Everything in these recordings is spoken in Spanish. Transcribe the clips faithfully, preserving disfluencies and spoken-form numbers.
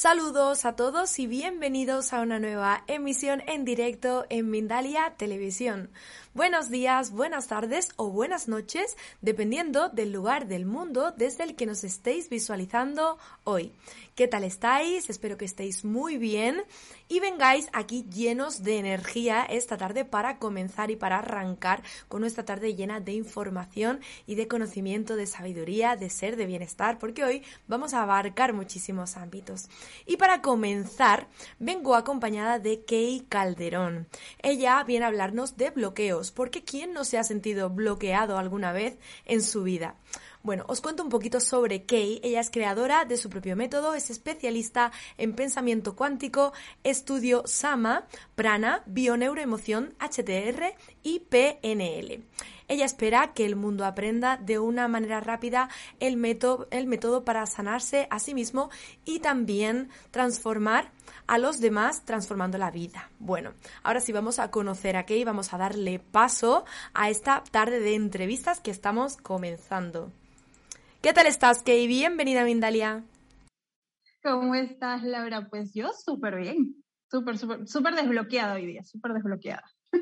Saludos a todos y bienvenidos a una nueva emisión en directo en Mindalia Televisión. Buenos días, buenas tardes o buenas noches, dependiendo del lugar del mundo desde el que nos estéis visualizando hoy. ¿Qué tal estáis? Espero que estéis muy bien y vengáis aquí llenos de energía esta tarde para comenzar y para arrancar con nuestra tarde llena de información y de conocimiento, de sabiduría, de ser, de bienestar, porque hoy vamos a abarcar muchísimos ámbitos. Y para comenzar, vengo acompañada de Kay Calderón. Ella viene a hablarnos de bloqueos, porque ¿quién no se ha sentido bloqueado alguna vez en su vida? Bueno, os cuento un poquito sobre Kay. Ella es creadora de su propio método, es especialista en pensamiento cuántico, estudio Sama, Prana, Bioneuroemoción, H T R y P N L. Ella espera que el mundo aprenda de una manera rápida el método, el método para sanarse a sí mismo y también transformar a los demás transformando la vida. Bueno, ahora sí vamos a conocer a Kay, vamos a darle paso a esta tarde de entrevistas que estamos comenzando. ¿Qué tal estás, Kay? Bienvenida a Mindalia. ¿Cómo estás, Laura? Pues yo súper bien, súper, súper, súper desbloqueada hoy día, súper desbloqueada.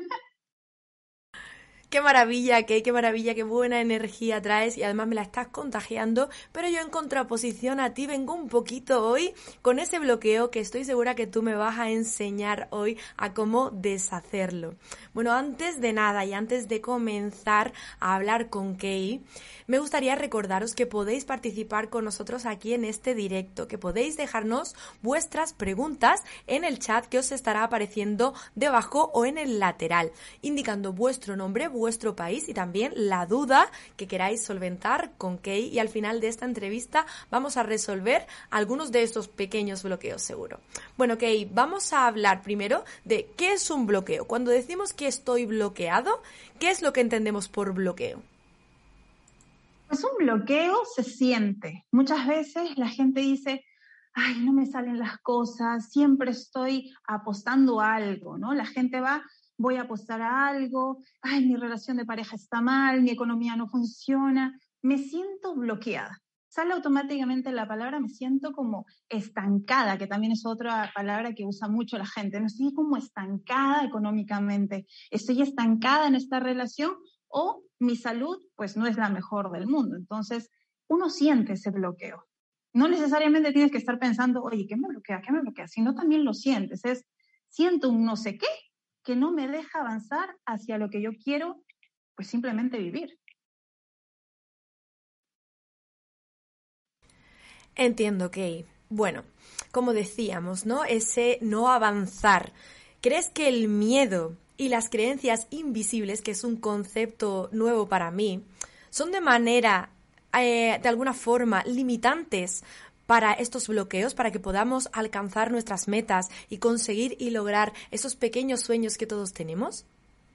Qué maravilla, Kay, qué maravilla, qué buena energía traes y además me la estás contagiando, pero yo en contraposición a ti vengo un poquito hoy con ese bloqueo que estoy segura que tú me vas a enseñar hoy a cómo deshacerlo. Bueno, antes de nada y antes de comenzar a hablar con Kay, me gustaría recordaros que podéis participar con nosotros aquí en este directo, que podéis dejarnos vuestras preguntas en el chat que os estará apareciendo debajo o en el lateral, indicando vuestro nombre, vuestro país y también la duda que queráis solventar con Kay, y al final de esta entrevista vamos a resolver algunos de estos pequeños bloqueos seguro. Bueno, Kay, vamos a hablar primero de qué es un bloqueo. Cuando decimos que estoy bloqueado, ¿qué es lo que entendemos por bloqueo? Pues un bloqueo se siente. Muchas veces la gente dice, ay, no me salen las cosas, siempre estoy apostando a algo, ¿no? La gente va, voy a apostar a algo, ay, mi relación de pareja está mal, mi economía no funciona, me siento bloqueada. Sale automáticamente la palabra, me siento como estancada, que también es otra palabra que usa mucho la gente, no estoy como estancada económicamente, estoy estancada en esta relación o mi salud pues no es la mejor del mundo. Entonces uno siente ese bloqueo. No necesariamente tienes que estar pensando, oye, ¿qué me bloquea? ¿Qué me bloquea? Sino también lo sientes, es siento un no sé qué que no me deja avanzar hacia lo que yo quiero, pues simplemente vivir. Entiendo, Kay. Bueno, como decíamos, ¿no? Ese no avanzar. ¿Crees que el miedo y las creencias invisibles, que es un concepto nuevo para mí, son de manera, eh, de alguna forma, limitantes para estos bloqueos, para que podamos alcanzar nuestras metas y conseguir y lograr esos pequeños sueños que todos tenemos?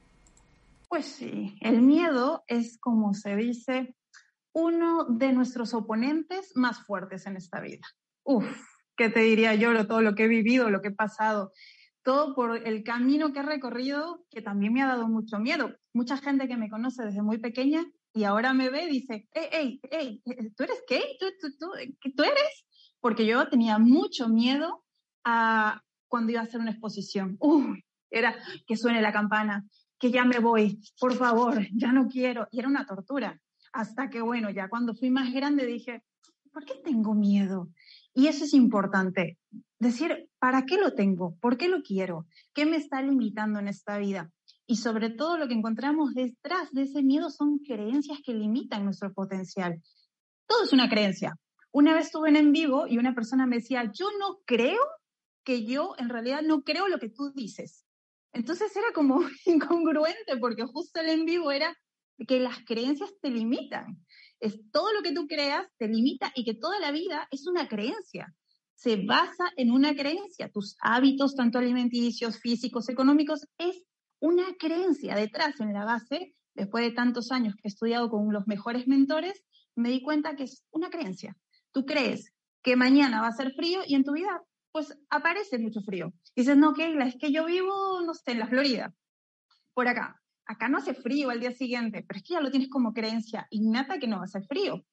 Pues sí, el miedo es, como se dice, uno de nuestros oponentes más fuertes en esta vida. Uf, ¿qué te diría yo? Todo lo que he vivido, lo que he pasado, todo por el camino que he recorrido, que también me ha dado mucho miedo. Mucha gente que me conoce desde muy pequeña y ahora me ve y dice, hey, hey, hey, ¿tú eres qué? ¿Tú, tú, tú, ¿tú eres? Porque yo tenía mucho miedo a cuando iba a hacer una exposición. Uy, era que suene la campana, que ya me voy, por favor, ya no quiero. Y era una tortura. Hasta que, bueno, ya cuando fui más grande dije, ¿por qué tengo miedo? Y eso es importante, decir, ¿para qué lo tengo? ¿Por qué lo quiero? ¿Qué me está limitando en esta vida? Y sobre todo lo que encontramos detrás de ese miedo son creencias que limitan nuestro potencial. Todo es una creencia. Una vez estuve en vivo y una persona me decía, yo no creo que yo en realidad no creo lo que tú dices. Entonces era como incongruente porque justo el en vivo era que las creencias te limitan. Es todo lo que tú creas te limita y que toda la vida es una creencia. Se basa en una creencia. Tus hábitos, tanto alimenticios, físicos, económicos, es una creencia detrás, en la base. Después de tantos años que he estudiado con los mejores mentores, me di cuenta que es una creencia. Tú crees que mañana va a ser frío y en tu vida pues aparece mucho frío. Dices, no, Keila, es que yo vivo, no sé, en la Florida, por acá. Acá no hace frío al día siguiente, pero es que ya lo tienes como creencia innata que no va a hacer frío.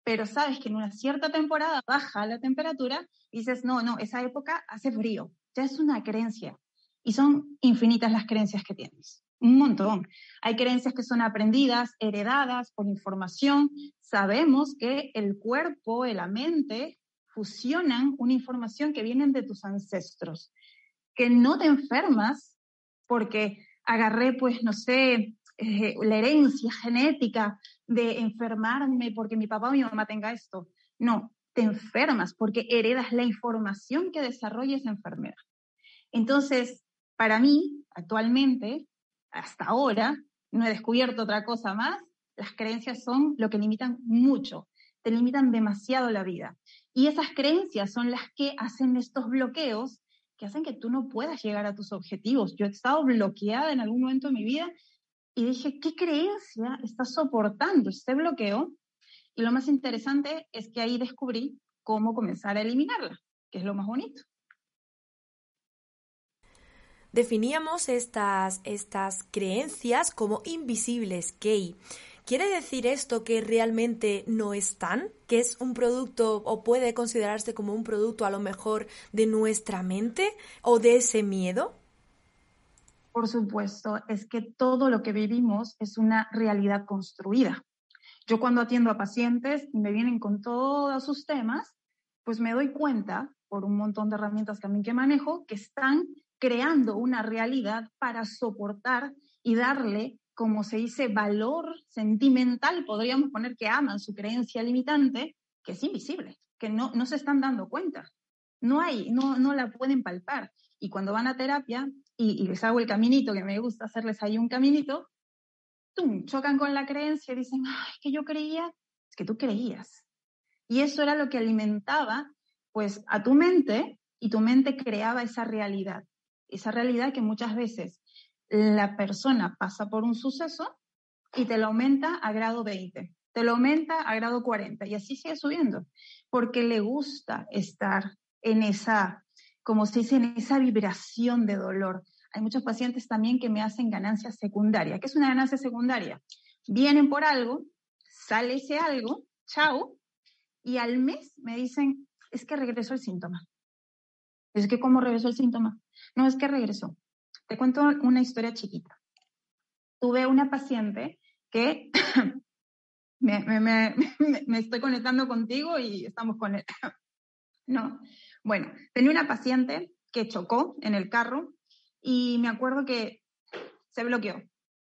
pero sabes que en una cierta temporada baja la temperatura y dices, no, no, esa época hace frío. Ya es una creencia. Y son infinitas las creencias que tienes. Un montón. Hay creencias que son aprendidas, heredadas por información. Sabemos que el cuerpo y la mente fusionan una información que viene de tus ancestros. Que no te enfermas porque agarré, pues, no sé, eh, la herencia genética de enfermarme porque mi papá o mi mamá tenga esto. No, te enfermas porque heredas la información que desarrolla esa enfermedad. Entonces, para mí, actualmente, hasta ahora, no he descubierto otra cosa más, las creencias son lo que limitan mucho, te limitan demasiado la vida. Y esas creencias son las que hacen estos bloqueos que hacen que tú no puedas llegar a tus objetivos. Yo he estado bloqueada en algún momento de mi vida y dije, ¿qué creencia está soportando este bloqueo? Y lo más interesante es que ahí descubrí cómo comenzar a eliminarla, que es lo más bonito. Definíamos estas, estas creencias como invisibles, Kay. ¿Quiere decir esto que realmente no están? ¿Que es un producto o puede considerarse como un producto a lo mejor de nuestra mente o de ese miedo? Por supuesto, es que todo lo que vivimos es una realidad construida. Yo cuando atiendo a pacientes y me vienen con todos sus temas, pues me doy cuenta, por un montón de herramientas también que manejo, que están creando una realidad para soportar y darle, como se dice, valor sentimental, podríamos poner que aman su creencia limitante, que es invisible, que no, no se están dando cuenta. No hay, no, no la pueden palpar. Y cuando van a terapia y, y les hago el caminito, que me gusta hacerles ahí un caminito, ¡tum!, chocan con la creencia y dicen, ay, que yo creía, es que tú creías. Y eso era lo que alimentaba, pues, a tu mente, y tu mente creaba esa realidad. Esa realidad que muchas veces la persona pasa por un suceso y te lo aumenta a grado veinte, te lo aumenta a grado cuarenta y así sigue subiendo, porque le gusta estar en esa, como se dice, en esa vibración de dolor. Hay muchos pacientes también que me hacen ganancia secundaria. ¿Qué es una ganancia secundaria? Vienen por algo, sale ese algo, chao, y al mes me dicen, es que regresó el síntoma. Es que, ¿cómo regresó el síntoma? No, es que regresó. Te cuento una historia chiquita. Tuve una paciente que me, me, me, me estoy conectando contigo y estamos con él. No, bueno, tenía una paciente que chocó en el carro y me acuerdo que se bloqueó.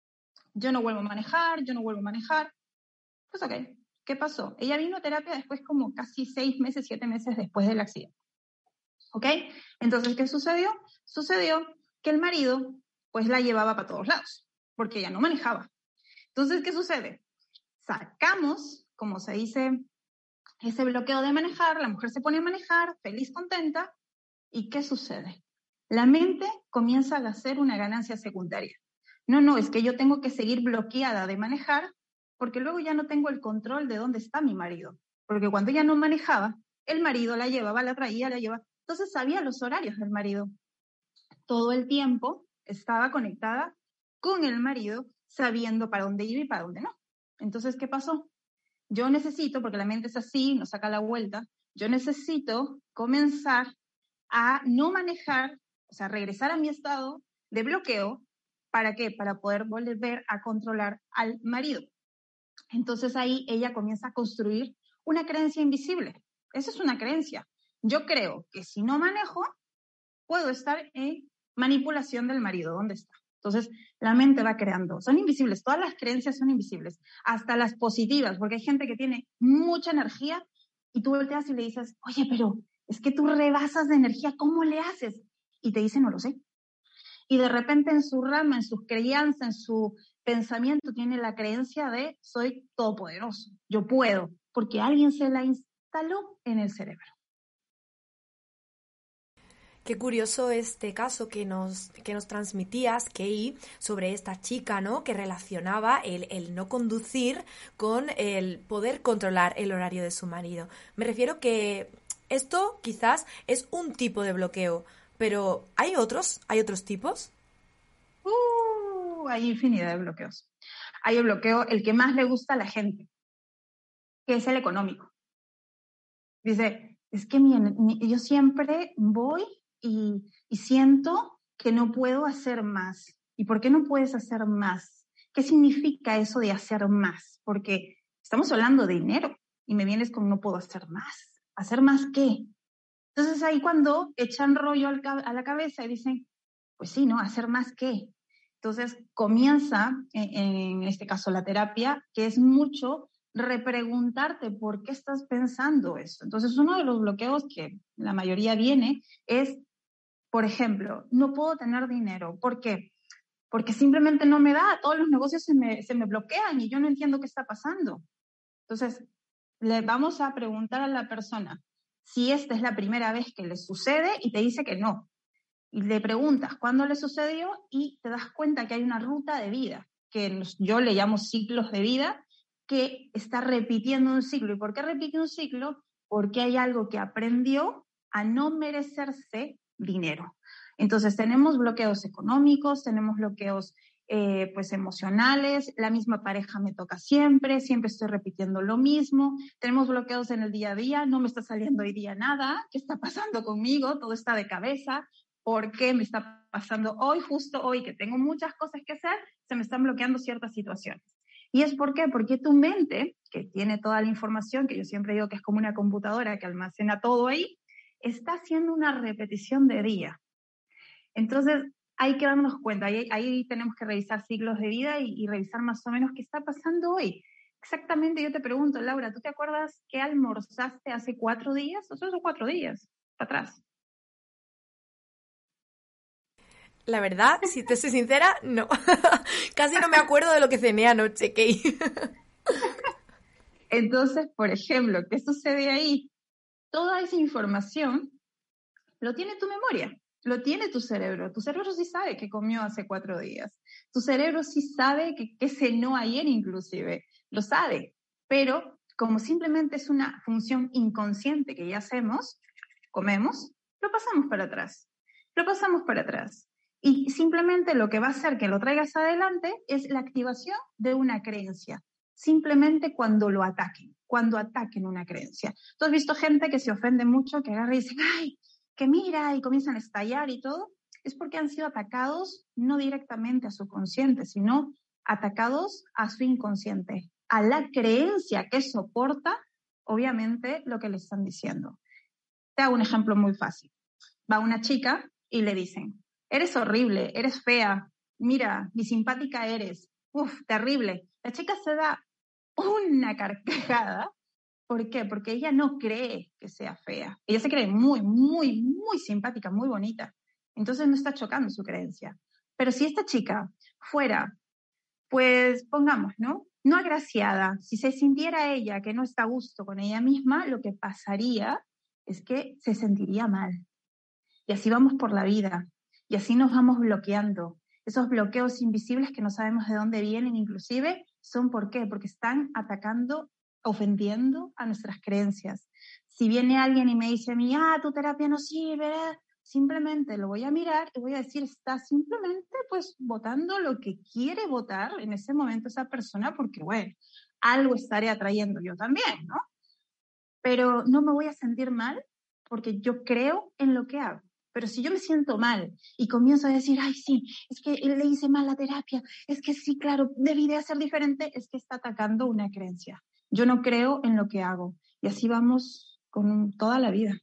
Yo no vuelvo a manejar, yo no vuelvo a manejar. Pues ok, ¿qué pasó? Ella vino a terapia después como casi seis meses, siete meses después del accidente. ¿Ok? Entonces, ¿qué sucedió? Sucedió que el marido, pues, la llevaba para todos lados, porque ella no manejaba. Entonces, ¿qué sucede? Sacamos, como se dice, ese bloqueo de manejar, la mujer se pone a manejar, feliz, contenta, ¿y qué sucede? La mente comienza a hacer una ganancia secundaria. No, no, es que yo tengo que seguir bloqueada de manejar, porque luego ya no tengo el control de dónde está mi marido. Porque cuando ella no manejaba, el marido la llevaba, la traía, la llevaba. Entonces sabía los horarios del marido. Todo el tiempo estaba conectada con el marido, sabiendo para dónde iba y para dónde no. Entonces, ¿qué pasó? Yo necesito, porque la mente es así, nos saca la vuelta, yo necesito comenzar a no manejar, o sea, regresar a mi estado de bloqueo. ¿Para qué? Para poder volver a controlar al marido. Entonces ahí ella comienza a construir una creencia invisible. Esa es una creencia. Yo creo que si no manejo, puedo estar en manipulación del marido. ¿Dónde está? Entonces, la mente va creando. Son invisibles. Todas las creencias son invisibles. Hasta las positivas, porque hay gente que tiene mucha energía y tú volteas y le dices, oye, pero es que tú rebasas de energía. ¿Cómo le haces? Y te dice, no lo sé. Y de repente en su rama, en sus creencias, en su pensamiento, tiene la creencia de soy todopoderoso. Yo puedo, porque alguien se la instaló en el cerebro. Qué curioso este caso que nos, que nos transmitías, Kay, sobre esta chica, ¿no? Que relacionaba el, el no conducir con el poder controlar el horario de su marido. Me refiero que esto quizás es un tipo de bloqueo, pero ¿hay otros? ¿Hay otros tipos? Uh, hay infinidad de bloqueos. Hay el bloqueo, el que más le gusta a la gente, que es el económico. Dice, es que mi, mi, yo siempre voy y, y siento que no puedo hacer más. ¿Y por qué no puedes hacer más? ¿Qué significa eso de hacer más? Porque estamos hablando de dinero y me vienes con no puedo hacer más. ¿Hacer más qué? Entonces ahí cuando echan rollo al, a la cabeza y dicen, pues sí, ¿no? ¿Hacer más qué? Entonces comienza, en, en este caso la terapia, que es mucho repreguntarte por qué estás pensando eso. Entonces uno de los bloqueos que la mayoría viene es, por ejemplo, no puedo tener dinero. ¿Por qué? Porque simplemente no me da, todos los negocios se me, se me bloquean y yo no entiendo qué está pasando. Entonces, le vamos a preguntar a la persona si esta es la primera vez que le sucede y te dice que no. Y le preguntas cuándo le sucedió y te das cuenta que hay una ruta de vida, que yo le llamo ciclos de vida, que está repitiendo un ciclo. ¿Y por qué repite un ciclo? Porque hay algo que aprendió a no merecerse dinero. Entonces tenemos bloqueos económicos, tenemos bloqueos eh, pues emocionales, la misma pareja me toca siempre, siempre estoy repitiendo lo mismo, tenemos bloqueos en el día a día, no me está saliendo hoy día nada, ¿qué está pasando conmigo? Todo está de cabeza, ¿por qué me está pasando hoy, justo hoy que tengo muchas cosas que hacer, se me están bloqueando ciertas situaciones? ¿Y es por qué? Porque tu mente, que tiene toda la información, que yo siempre digo que es como una computadora que almacena todo ahí, está haciendo una repetición de día. Entonces, hay que darnos cuenta, ahí, ahí tenemos que revisar ciclos de vida y, y revisar más o menos qué está pasando hoy. Exactamente, yo te pregunto, Laura, ¿tú te acuerdas qué almorzaste hace cuatro días? O sea, son cuatro días, para atrás. La verdad, si te soy sincera, no. Casi no me acuerdo de lo que cené anoche, Kay. Entonces, por ejemplo, ¿qué sucede ahí? Toda esa información lo tiene tu memoria, lo tiene tu cerebro. Tu cerebro sí sabe que comió hace cuatro días. Tu cerebro sí sabe que, que cenó ayer inclusive. Lo sabe. Pero como simplemente es una función inconsciente que ya hacemos, comemos, lo pasamos para atrás. Lo pasamos para atrás. Y simplemente lo que va a hacer que lo traigas adelante es la activación de una creencia. Simplemente cuando lo ataquen, cuando ataquen una creencia. ¿Tú has visto gente que se ofende mucho, que agarra y dice, ¡ay! Que mira, y comienzan a estallar y todo, es porque han sido atacados no directamente a su consciente, sino atacados a su inconsciente, a la creencia que soporta, obviamente, lo que le están diciendo. Te hago un ejemplo muy fácil. Va una chica y le dicen, eres horrible, eres fea, mira, ni simpática eres, uf, terrible. La chica se da una carcajada. ¿Por qué? Porque ella no cree que sea fea. Ella se cree muy, muy, muy simpática, muy bonita. Entonces no está chocando su creencia. Pero si esta chica fuera, pues pongamos, ¿no? No agraciada, si se sintiera ella que no está a gusto con ella misma, lo que pasaría es que se sentiría mal. Y así vamos por la vida. Y así nos vamos bloqueando. Esos bloqueos invisibles que no sabemos de dónde vienen inclusive, ¿son por qué? Porque están atacando, ofendiendo a nuestras creencias. Si viene alguien y me dice a mí, ah, tu terapia no sirve, simplemente lo voy a mirar y voy a decir, está simplemente pues votando lo que quiere votar en ese momento esa persona, porque bueno, algo estaré atrayendo yo también, ¿no? Pero no me voy a sentir mal porque yo creo en lo que hago. Pero si yo me siento mal y comienzo a decir, ay, sí, es que le hice mal la terapia, es que sí, claro, debí de hacer diferente, es que está atacando una creencia. Yo no creo en lo que hago. Y así vamos con toda la vida.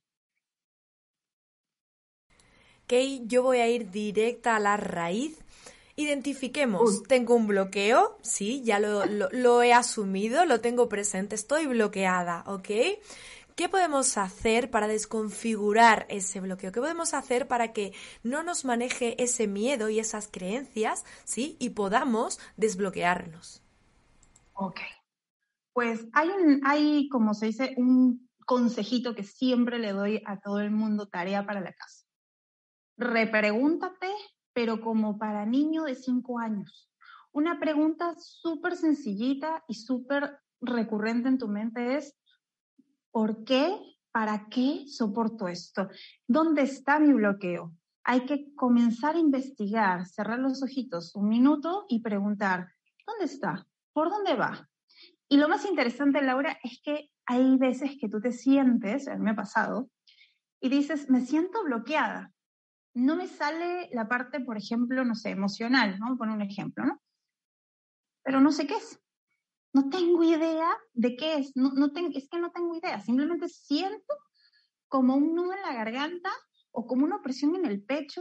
Kay, yo voy a ir directa a la raíz. Identifiquemos, Uy. Tengo un bloqueo, sí, ya lo, lo, lo he asumido, lo tengo presente, estoy bloqueada, ¿ok? ¿Qué podemos hacer para desconfigurar ese bloqueo? ¿Qué podemos hacer para que no nos maneje ese miedo y esas creencias, ¿sí? Y podamos desbloquearnos. Ok. Pues hay, un, hay, como se dice, un consejito que siempre le doy a todo el mundo, tarea para la casa. Repregúntate, pero como para niño de cinco años. Una pregunta súper sencillita y súper recurrente en tu mente es, ¿por qué? ¿Para qué soporto esto? ¿Dónde está mi bloqueo? Hay que comenzar a investigar, cerrar los ojitos un minuto y preguntar, ¿dónde está? ¿Por dónde va? Y lo más interesante, Laura, es que hay veces que tú te sientes, a mí me ha pasado, y dices, me siento bloqueada. No me sale la parte, por ejemplo, no sé, emocional, ¿no? Voy a poner un ejemplo, ¿no? Pero no sé qué es. No tengo idea de qué es. No, no ten, es que no tengo idea. Simplemente siento como un nudo en la garganta o como una opresión en el pecho,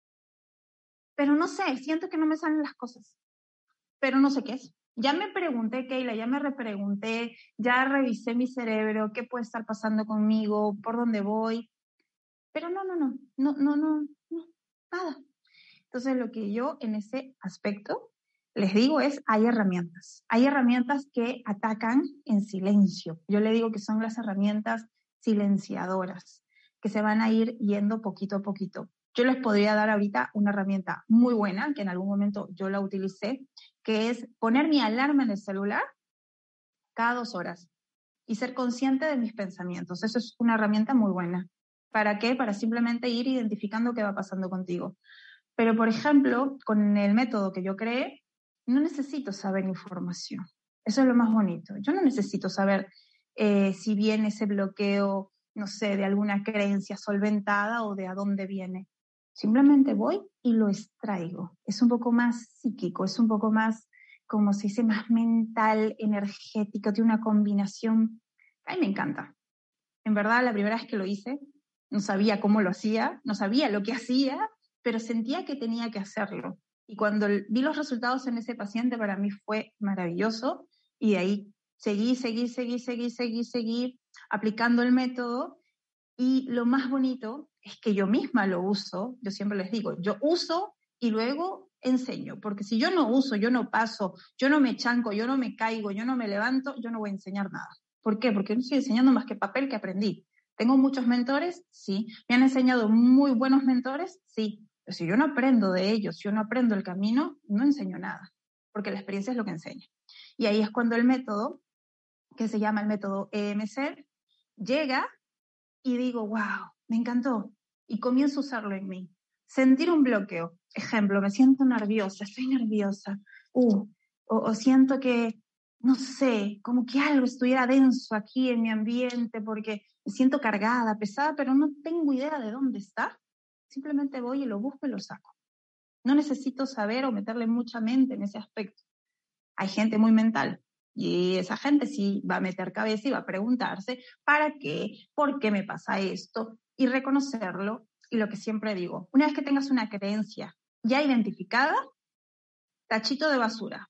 pero no sé, siento que no me salen las cosas, pero no sé qué es. Ya me pregunté, Keila, ya me repregunté, ya revisé mi cerebro, qué puede estar pasando conmigo, por dónde voy, pero no, no, no, no, no, no, no, nada. Entonces, lo que yo en ese aspecto les digo es, hay herramientas. Hay herramientas que atacan en silencio. Yo le digo que son las herramientas silenciadoras, que se van a ir yendo poquito a poquito. Yo les podría dar ahorita una herramienta muy buena, que en algún momento yo la utilicé, que es poner mi alarma en el celular cada dos horas y ser consciente de mis pensamientos. Eso es una herramienta muy buena. ¿Para qué? Para simplemente ir identificando qué va pasando contigo. Pero, por ejemplo, con el método que yo creé, no necesito saber información. Eso es lo más bonito. Yo no necesito saber eh, si viene ese bloqueo, no sé, de alguna creencia solventada o de a dónde viene. Simplemente voy y lo extraigo. Es un poco más psíquico, es un poco más, como se dice, más mental, energético, tiene una combinación. A mí me encanta. En verdad, la primera vez que lo hice, no sabía cómo lo hacía, no sabía lo que hacía, pero sentía que tenía que hacerlo. Y cuando vi los resultados en ese paciente, para mí fue maravilloso. Y de ahí seguí, seguí, seguí, seguí, seguí, seguí aplicando el método. Y lo más bonito es que yo misma lo uso. Yo siempre les digo, yo uso y luego enseño. Porque si yo no uso, yo no paso, yo no me chanco, yo no me caigo, yo no me levanto, yo no voy a enseñar nada. ¿Por qué? Porque no estoy enseñando más que papel que aprendí. ¿Tengo muchos mentores? Sí. ¿Me han enseñado muy buenos mentores? Sí. Pero si yo no aprendo de ellos, si yo no aprendo el camino, no enseño nada, porque la experiencia es lo que enseña. Y ahí es cuando el método, que se llama el método E M C, llega y digo, wow, me encantó. Y comienzo a usarlo en mí. Sentir un bloqueo. Ejemplo, me siento nerviosa, estoy nerviosa. Uh, o, o siento que, no sé, como que algo estuviera denso aquí en mi ambiente porque me siento cargada, pesada, pero no tengo idea de dónde está. Simplemente voy y lo busco y lo saco. No necesito saber o meterle mucha mente en ese aspecto. Hay gente muy mental y esa gente sí va a meter cabeza y va a preguntarse ¿para qué? ¿Por qué me pasa esto? Y reconocerlo. Y lo que siempre digo, una vez que tengas una creencia ya identificada, tachito de basura.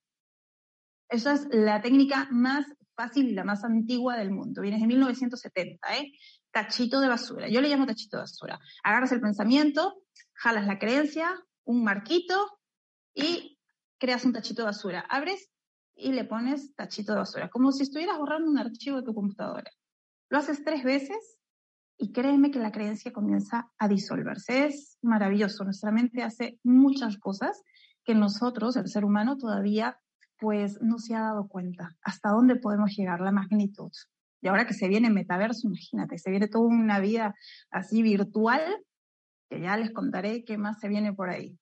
Esa es la técnica más fácil y la más antigua del mundo. Viene de mil novecientos setenta, ¿eh? Tachito de basura. Yo le llamo tachito de basura. Agarras el pensamiento, jalas la creencia, un marquito y creas un tachito de basura. Abres y le pones tachito de basura, como si estuvieras borrando un archivo de tu computadora. Lo haces tres veces y créeme que la creencia comienza a disolverse. Es maravilloso. Nuestra mente hace muchas cosas que nosotros, el ser humano, todavía pues no se ha dado cuenta hasta dónde podemos llegar, la magnitud. Y ahora que se viene metaverso, imagínate, se viene toda una vida así virtual, que ya les contaré qué más se viene por ahí.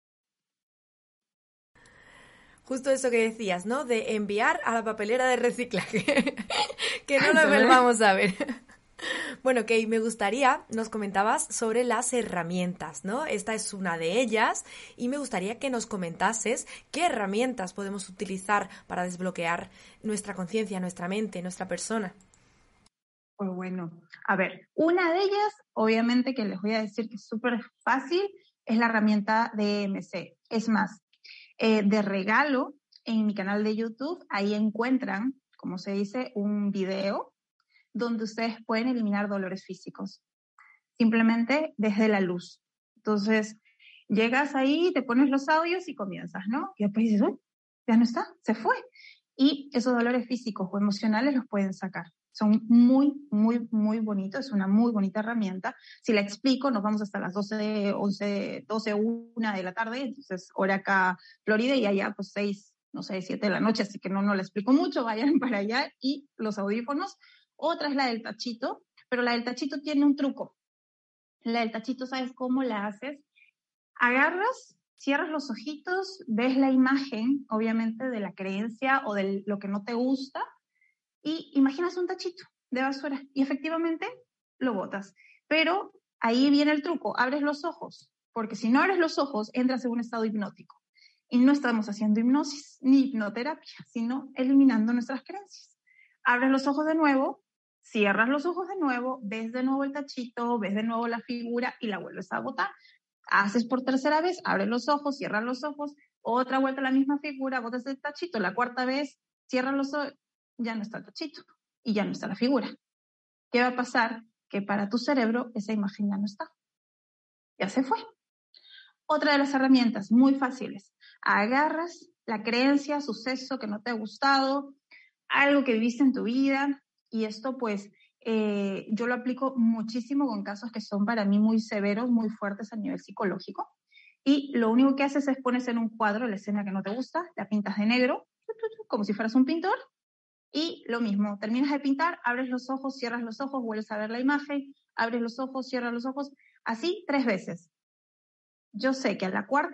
Justo eso que decías, ¿no? De enviar a la papelera de reciclaje. Que no lo vamos a ver. Bueno, Kay, me gustaría, nos comentabas sobre las herramientas, ¿no? Esta es una de ellas y me gustaría que nos comentases qué herramientas podemos utilizar para desbloquear nuestra conciencia, nuestra mente, nuestra persona. Pues bueno, a ver, una de ellas, obviamente que les voy a decir que es súper fácil, es la herramienta de E M C. Es más, eh, de regalo, en mi canal de YouTube, ahí encuentran, como se dice, un video donde ustedes pueden eliminar dolores físicos, simplemente desde la luz. Entonces, llegas ahí, te pones los audios y comienzas, ¿no? Y después dices, uy, ya no está, se fue. Y esos dolores físicos o emocionales los pueden sacar. Son muy, muy, muy bonitos, es una muy bonita herramienta. Si la explico, nos vamos hasta las doce, once, doce, una de la tarde, entonces hora acá Florida y allá pues seis, no sé, siete de la noche, así que no, no la explico mucho, vayan para allá y los audífonos. Otra es la del tachito, pero la del tachito tiene un truco. La del tachito, ¿sabes cómo la haces? Agarras, cierras los ojitos, ves la imagen, obviamente, de la creencia o de lo que no te gusta, y imaginas un tachito de basura y efectivamente lo botas. Pero ahí viene el truco, abres los ojos, porque si no abres los ojos, entras en un estado hipnótico. Y no estamos haciendo hipnosis ni hipnoterapia, sino eliminando nuestras creencias. Abres los ojos de nuevo, cierras los ojos de nuevo, ves de nuevo el tachito, ves de nuevo la figura y la vuelves a botar. Haces por tercera vez, abres los ojos, cierras los ojos, otra vuelta a la misma figura, botas el tachito, la cuarta vez, cierras los ojos, ya no está el tachito y ya no está la figura. ¿Qué va a pasar? Que para tu cerebro esa imagen ya no está. Ya se fue. Otra de las herramientas muy fáciles. Agarras la creencia, suceso que no te ha gustado, algo que viviste en tu vida, y esto pues eh, yo lo aplico muchísimo con casos que son para mí muy severos, muy fuertes a nivel psicológico, y lo único que haces es pones en un cuadro la escena que no te gusta, la pintas de negro, como si fueras un pintor, y lo mismo, terminas de pintar, abres los ojos, cierras los ojos, vuelves a ver la imagen, abres los ojos, cierras los ojos, así tres veces. Yo sé que a la cuarta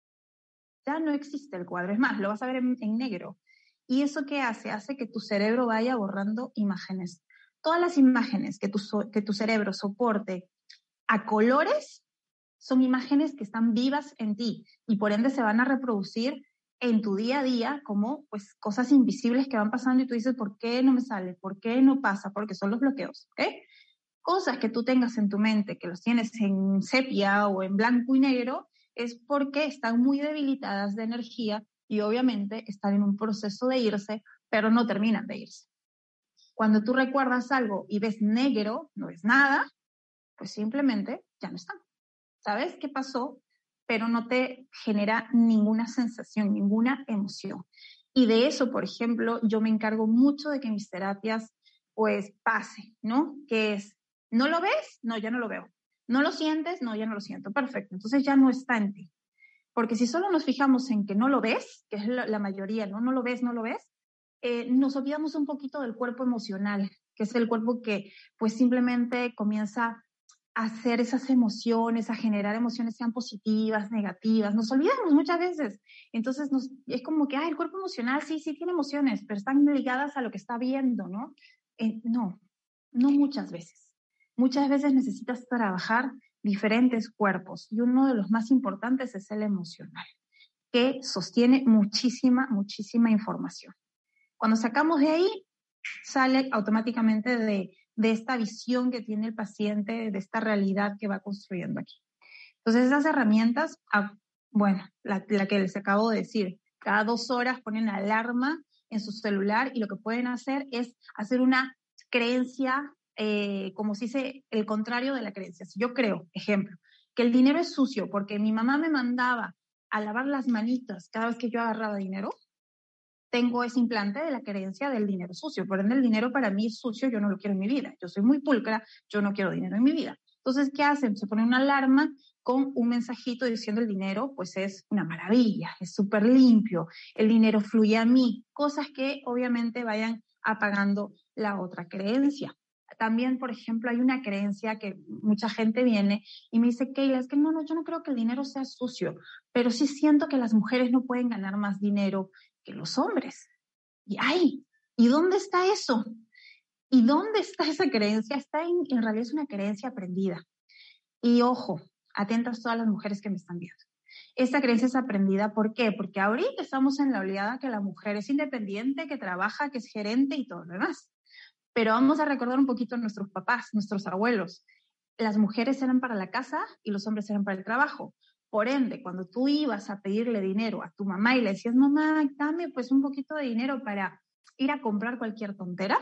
ya no existe el cuadro, es más, lo vas a ver en, en negro. ¿Y eso qué hace? Hace que tu cerebro vaya borrando imágenes. Todas las imágenes que tu, que tu cerebro soporte a colores son imágenes que están vivas en ti y por ende se van a reproducir en tu día a día como pues cosas invisibles que van pasando y tú dices, ¿por qué no me sale? ¿Por qué no pasa? Porque son los bloqueos, ¿ok? Cosas que tú tengas en tu mente, que los tienes en sepia o en blanco y negro, es porque están muy debilitadas de energía y obviamente están en un proceso de irse, pero no terminan de irse. Cuando tú recuerdas algo y ves negro, no ves nada, pues simplemente ya no están. ¿Sabes qué pasó? Pero no te genera ninguna sensación, ninguna emoción. Y de eso, por ejemplo, yo me encargo mucho de que mis terapias pues pase, ¿no? Que es, ¿no lo ves? No, ya no lo veo. ¿No lo sientes? No, ya no lo siento. Perfecto. Entonces ya no está en ti. Porque si solo nos fijamos en que no lo ves, que es la, la mayoría, ¿no? No lo ves, no lo ves, eh, nos olvidamos un poquito del cuerpo emocional, que es el cuerpo que pues simplemente comienza a hacer esas emociones, a generar emociones sean positivas, negativas. Nos olvidamos muchas veces. Entonces nos, es como que, ah, el cuerpo emocional sí, sí tiene emociones, pero están ligadas a lo que está viendo, ¿no? Eh, no, no muchas veces. Muchas veces necesitas trabajar diferentes cuerpos y uno de los más importantes es el emocional, que sostiene muchísima, muchísima información. Cuando sacamos de ahí, sale automáticamente de, de esta visión que tiene el paciente, de esta realidad que va construyendo aquí. Entonces esas herramientas, bueno, la, la que les acabo de decir, cada dos horas ponen alarma en su celular y lo que pueden hacer es hacer una creencia, eh, como se dice, el contrario de la creencia. Si yo creo, ejemplo, que el dinero es sucio porque mi mamá me mandaba a lavar las manitas cada vez que yo agarraba dinero, tengo ese implante de la creencia del dinero sucio. Por ende, el dinero para mí es sucio, yo no lo quiero en mi vida. Yo soy muy pulcra, yo no quiero dinero en mi vida. Entonces, ¿qué hacen? Se pone una alarma con un mensajito diciendo el dinero, pues es una maravilla, es súper limpio, el dinero fluye a mí. Cosas que obviamente vayan apagando la otra creencia. También, por ejemplo, hay una creencia que mucha gente viene y me dice, Keila, es que no, no, yo no creo que el dinero sea sucio, pero sí siento que las mujeres no pueden ganar más dinero que los hombres. Y ay, ¿y dónde está eso? ¿Y dónde está esa creencia? Está en, en realidad es una creencia aprendida. Y ojo, atentas todas las mujeres que me están viendo. Esta creencia es aprendida, ¿por qué? Porque ahorita estamos en la oleada que la mujer es independiente, que trabaja, que es gerente y todo lo demás. Pero vamos a recordar un poquito a nuestros papás, nuestros abuelos. Las mujeres eran para la casa y los hombres eran para el trabajo. Por ende, cuando tú ibas a pedirle dinero a tu mamá y le decías, mamá, dame pues un poquito de dinero para ir a comprar cualquier tontera,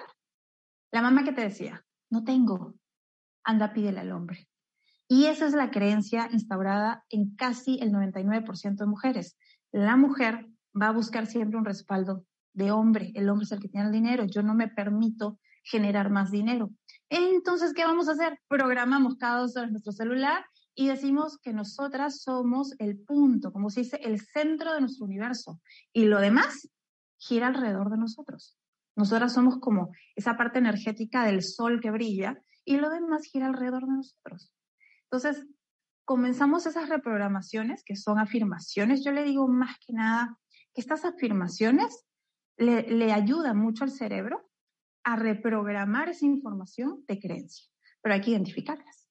la mamá ¿qué te decía? No tengo, anda, pídele al hombre. Y esa es la creencia instaurada en casi el noventa y nueve por ciento de mujeres. La mujer va a buscar siempre un respaldo de hombre. El hombre es el que tiene el dinero. Yo no me permito generar más dinero. Entonces, ¿qué vamos a hacer? Programamos cada dos horas nuestro celular y decimos que nosotras somos el punto, como se dice, el centro de nuestro universo. Y lo demás gira alrededor de nosotros. Nosotras somos como esa parte energética del sol que brilla y lo demás gira alrededor de nosotros. Entonces, comenzamos esas reprogramaciones que son afirmaciones. Yo le digo más que nada que estas afirmaciones le, le ayudan mucho al cerebro a reprogramar esa información de creencia, pero hay que identificarlas.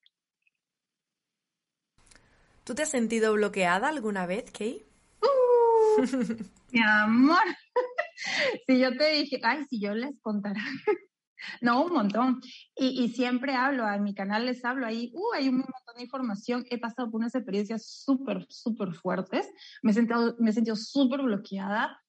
¿Tú te has sentido bloqueada alguna vez, Kay? Uh, mi amor, si yo te dije, ay, si yo les contara, no, un montón, y, y siempre hablo, en mi canal les hablo, ahí uh, hay un montón de información, he pasado por unas experiencias súper, súper fuertes, me he sentido, me he sentido súper bloqueada,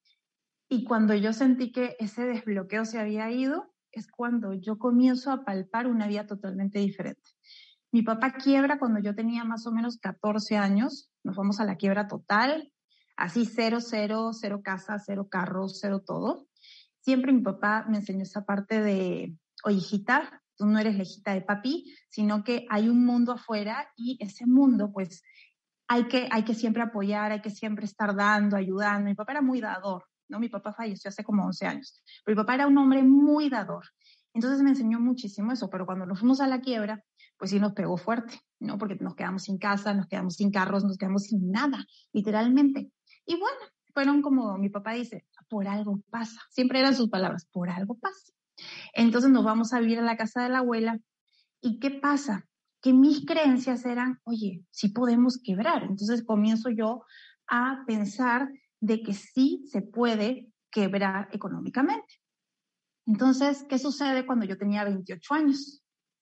y cuando yo sentí que ese desbloqueo se había ido, es cuando yo comienzo a palpar una vida totalmente diferente. Mi papá quiebra cuando yo tenía más o menos catorce años, nos vamos a la quiebra total, así cero, cero, cero casa, cero carros, cero todo. Siempre mi papá me enseñó esa parte de, oye, hijita, tú no eres la hijita de papi, sino que hay un mundo afuera y ese mundo, pues, hay que, hay que siempre apoyar, hay que siempre estar dando, ayudando. Mi papá era muy dador, ¿no? Mi papá falleció hace como once años, pero mi papá era un hombre muy dador. Entonces me enseñó muchísimo eso, pero cuando nos fuimos a la quiebra, pues sí nos pegó fuerte, ¿no? Porque nos quedamos sin casa, nos quedamos sin carros, nos quedamos sin nada, literalmente. Y bueno, fueron como mi papá dice, por algo pasa. Siempre eran sus palabras, por algo pasa. Entonces nos vamos a vivir a la casa de la abuela. ¿Y qué pasa? Que mis creencias eran, oye, sí podemos quebrar. Entonces comienzo yo a pensar de que sí se puede quebrar económicamente. Entonces, ¿qué sucede cuando yo tenía veintiocho años?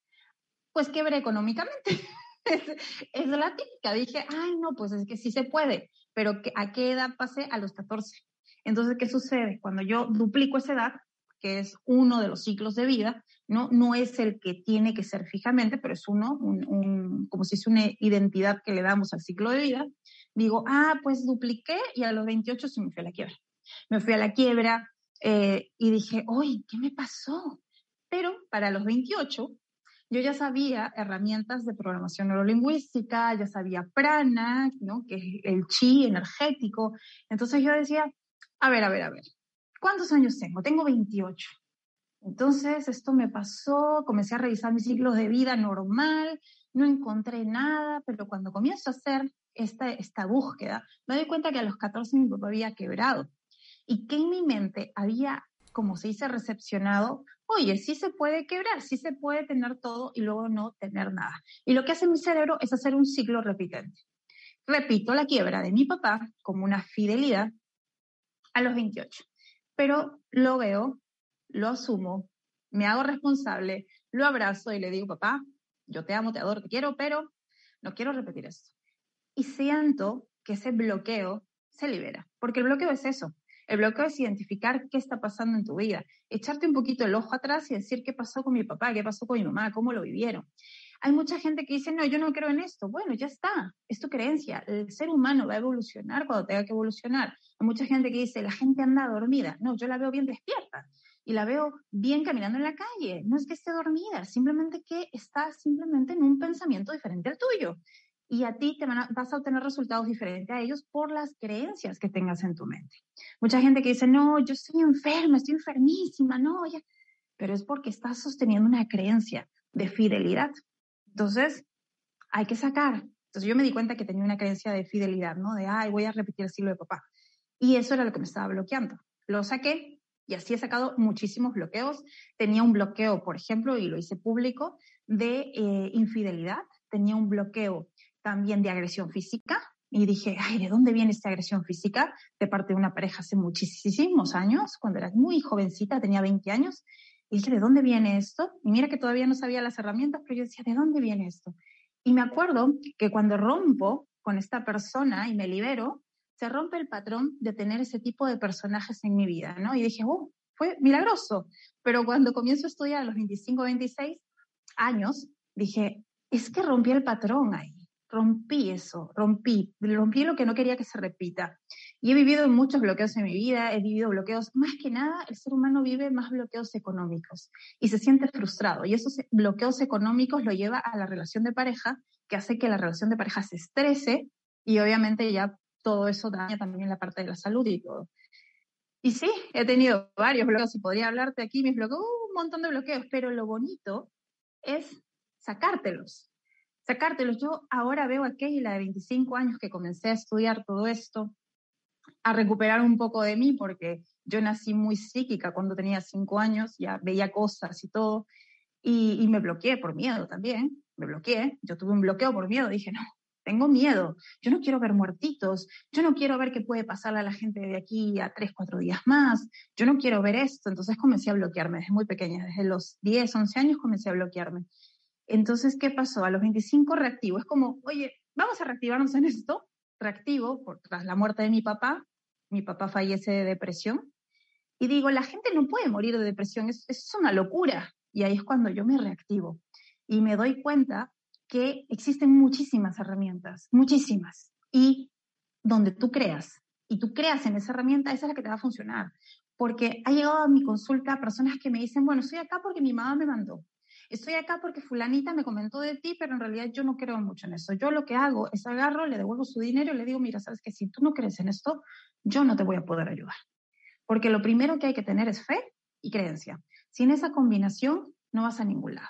Pues quebré económicamente. es, es la típica. Dije, ay, no, pues es que sí se puede. Pero ¿a qué edad pasé? A los catorce. Entonces, ¿qué sucede? Cuando yo duplico esa edad, que es uno de los ciclos de vida, no, no es el que tiene que ser fijamente, pero es uno, un, un, como si es una identidad que le damos al ciclo de vida. Digo, ah, pues dupliqué y a los veintiocho se me fui a la quiebra. Me fui a la quiebra eh, y dije, oye, ¿qué me pasó? Pero para los veintiocho yo ya sabía herramientas de programación neurolingüística, ya sabía prana, ¿no? Que es el chi energético. Entonces yo decía, a ver, a ver, a ver, ¿cuántos años tengo? Tengo veintiocho. Entonces esto me pasó, comencé a revisar mis ciclos de vida normal, no encontré nada, pero cuando comienzo a hacer esta, esta búsqueda, me doy cuenta que a los catorce mi papá había quebrado y que en mi mente había, como se dice, recepcionado, oye, sí se puede quebrar, sí se puede tener todo y luego no tener nada. Y lo que hace mi cerebro es hacer un ciclo repitente. Repito la quiebra de mi papá como una fidelidad a los veintiocho, pero lo veo, lo asumo, me hago responsable, lo abrazo y le digo, papá, yo te amo, te adoro, te quiero, pero no quiero repetir esto. Y siento que ese bloqueo se libera, porque el bloqueo es eso. El bloqueo es identificar qué está pasando en tu vida, echarte un poquito el ojo atrás y decir qué pasó con mi papá, qué pasó con mi mamá, cómo lo vivieron. Hay mucha gente que dice, no, yo no creo en esto. Bueno, ya está, es tu creencia. El ser humano va a evolucionar cuando tenga que evolucionar. Hay mucha gente que dice, la gente anda dormida. No, yo la veo bien despierta y la veo bien caminando en la calle. No es que esté dormida, simplemente que está simplemente en un pensamiento diferente al tuyo. Y a ti te van a, vas a obtener resultados diferentes a ellos por las creencias que tengas en tu mente. Mucha gente que dice, no, yo estoy enferma, estoy enfermísima, no, ya. Pero es porque estás sosteniendo una creencia de fidelidad. Entonces, hay que sacar. Entonces, yo me di cuenta que tenía una creencia de fidelidad, ¿no? De, ay, voy a repetir el ciclo de papá. Y eso era lo que me estaba bloqueando. Lo saqué y así he sacado muchísimos bloqueos. Tenía un bloqueo, por ejemplo, y lo hice público, de eh, infidelidad. Tenía un bloqueo también de agresión física. Y dije, ay, ¿de dónde viene esta agresión física? De parte de una pareja hace muchísimos años, cuando era muy jovencita, tenía veinte años. Y dije, ¿de dónde viene esto? Y mira que todavía no sabía las herramientas, pero yo decía, ¿de dónde viene esto? Y me acuerdo que cuando rompo con esta persona y me libero, se rompe el patrón de tener ese tipo de personajes en mi vida, ¿no? Y dije, oh, fue milagroso. Pero cuando comienzo a estudiar a los veinticinco, veintiséis años, dije, es que rompí el patrón ahí. Rompí eso, rompí, rompí lo que no quería que se repita. Y he vivido muchos bloqueos en mi vida, he vivido bloqueos, más que nada el ser humano vive más bloqueos económicos y se siente frustrado. Y esos bloqueos económicos lo lleva a la relación de pareja, que hace que la relación de pareja se estrese y obviamente ya todo eso daña también la parte de la salud y todo. Y sí, he tenido varios bloqueos y podría hablarte aquí, mis bloqueos, uh, un montón de bloqueos, pero lo bonito es sacártelos. Sacártelos. Yo ahora veo a Keila de veinticinco años que comencé a estudiar todo esto, a recuperar un poco de mí, porque Yo nací muy psíquica cuando tenía cinco años, ya veía cosas y todo, y, y me bloqueé por miedo también, me bloqueé, yo tuve un bloqueo por miedo, dije, no, tengo miedo, yo no quiero ver muertitos, yo no quiero ver qué puede pasarle a la gente de aquí a tres, cuatro días más, yo no quiero ver esto, entonces comencé a bloquearme desde muy pequeña, desde los diez, once años comencé a bloquearme. Entonces, ¿qué pasó? A los veinticinco reactivo, es como, oye, vamos a reactivarnos en esto, reactivo, por, tras la muerte de mi papá, mi papá fallece de depresión, y digo, la gente no puede morir de depresión, es, es una locura, y ahí es cuando yo me reactivo, y me doy cuenta que existen muchísimas herramientas, muchísimas, y donde tú creas, y tú creas en esa herramienta, esa es la que te va a funcionar, porque ha llegado a mi consulta personas que me dicen, bueno, estoy acá porque mi mamá me mandó, estoy acá porque fulanita me comentó de ti, pero en realidad yo no creo mucho en eso. Yo lo que hago es agarro, le devuelvo su dinero y le digo, mira, sabes que si tú no crees en esto, yo no te voy a poder ayudar. Porque lo primero que hay que tener es fe y creencia. Sin esa combinación, no vas a ningún lado.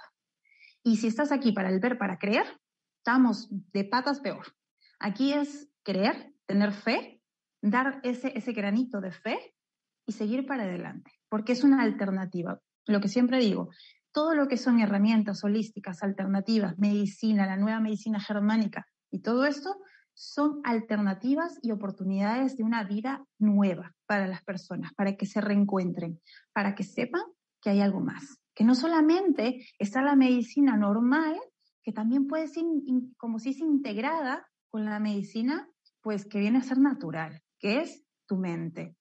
Y si estás aquí para el ver, para creer, estamos de patas peor. Aquí es creer, tener fe, dar ese, ese granito de fe y seguir para adelante, porque es una alternativa. Lo que siempre digo, todo lo que son herramientas holísticas, alternativas, medicina, la nueva medicina germánica y todo esto son alternativas y oportunidades de una vida nueva para las personas, para que se reencuentren, para que sepan que hay algo más, que no solamente está la medicina normal, que también puede ser in, como si es integrada con la medicina, pues que viene a ser natural, que es tu mente.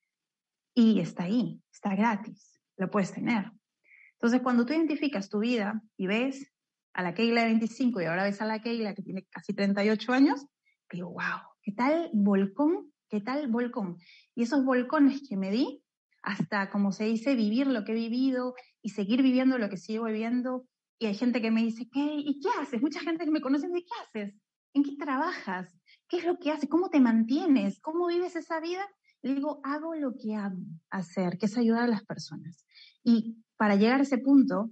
Y está ahí, está gratis, lo puedes tener. Entonces, cuando tú identificas tu vida y ves a la Keila de veinticinco y ahora ves a la Keila que tiene casi treinta y ocho años, digo, wow, ¿qué tal volcón? ¿Qué tal volcón? Y esos volcones que me di, hasta, como se dice, vivir lo que he vivido y seguir viviendo lo que sigo viviendo. Y hay gente que me dice, ¿qué? ¿Y qué haces? Mucha gente que me conoce me dice, ¿qué haces? ¿En qué trabajas? ¿Qué es lo que haces? ¿Cómo te mantienes? ¿Cómo vives esa vida? Le digo, hago lo que amo hacer, que es ayudar a las personas. Y para llegar a ese punto